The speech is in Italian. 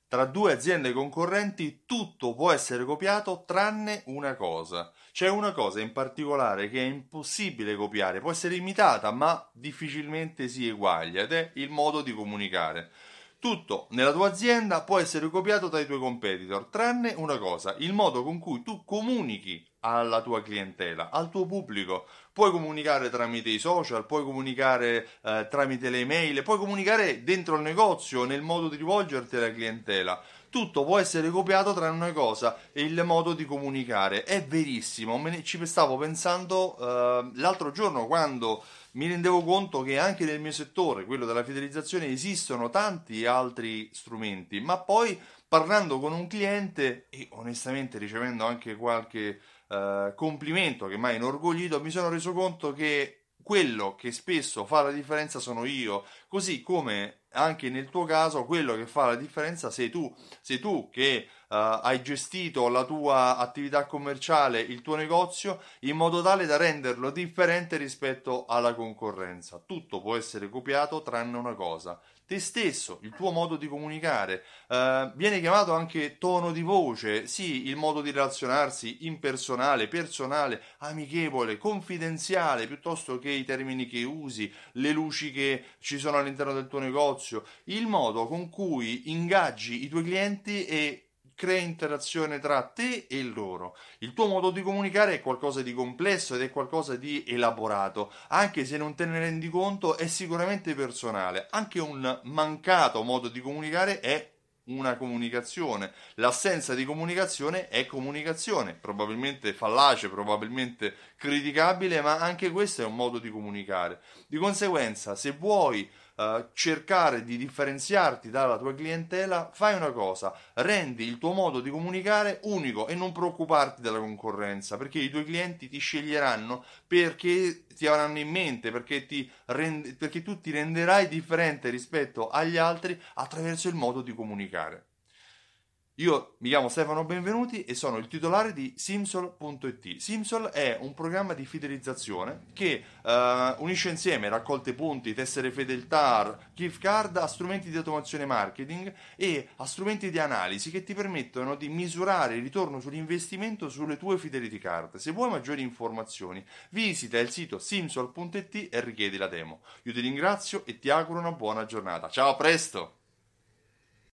tra due aziende concorrenti tutto può essere copiato tranne una cosa. C'è una cosa in particolare che è impossibile copiare, può essere imitata ma difficilmente si eguaglia ed è il modo di comunicare. Tutto nella tua azienda può essere copiato dai tuoi competitor, tranne una cosa, il modo con cui tu comunichi alla tua clientela, al tuo pubblico. Puoi comunicare tramite i social, puoi comunicare tramite le email, puoi comunicare dentro il negozio, nel modo di rivolgerti alla clientela. Tutto può essere copiato tranne una cosa, il modo di comunicare. È verissimo, ci stavo pensando l'altro giorno quando mi rendevo conto che anche nel mio settore, quello della fidelizzazione, esistono tanti altri strumenti, ma poi parlando con un cliente e onestamente ricevendo anche qualche complimento che mi ha inorgoglito, mi sono reso conto che quello che spesso fa la differenza sono io, così come anche nel tuo caso quello che fa la differenza sei tu che hai gestito la tua attività commerciale, il tuo negozio in modo tale da renderlo differente rispetto alla concorrenza. Tutto può essere copiato tranne una cosa, te stesso, il tuo modo di comunicare. Viene chiamato anche tono di voce, sì, il modo di relazionarsi impersonale, personale, amichevole, confidenziale, piuttosto che i termini che usi, le luci che ci sono all'interno del tuo negozio, il modo con cui ingaggi i tuoi clienti e crea interazione tra te e loro. Il tuo modo di comunicare è qualcosa di complesso ed è qualcosa di elaborato, anche se non te ne rendi conto, è sicuramente personale. Anche un mancato modo di comunicare è una comunicazione. L'assenza di comunicazione è comunicazione, probabilmente fallace, probabilmente criticabile, ma anche questo è un modo di comunicare. Di conseguenza, se vuoi cercare di differenziarti dalla tua clientela, fai una cosa, rendi il tuo modo di comunicare unico e non preoccuparti della concorrenza, perché i tuoi clienti ti sceglieranno perché ti avranno in mente, perché tu ti renderai differente rispetto agli altri attraverso il modo di comunicare. Io mi chiamo Stefano Benvenuti e sono il titolare di Simsol.it. Simsol è un programma di fidelizzazione che unisce insieme raccolte punti, tessere fedeltà, gift card a strumenti di automazione marketing e a strumenti di analisi che ti permettono di misurare il ritorno sull'investimento sulle tue fidelity card. Se vuoi maggiori informazioni, visita il sito Simsol.it e richiedi la demo. Io ti ringrazio e ti auguro una buona giornata. Ciao, a presto!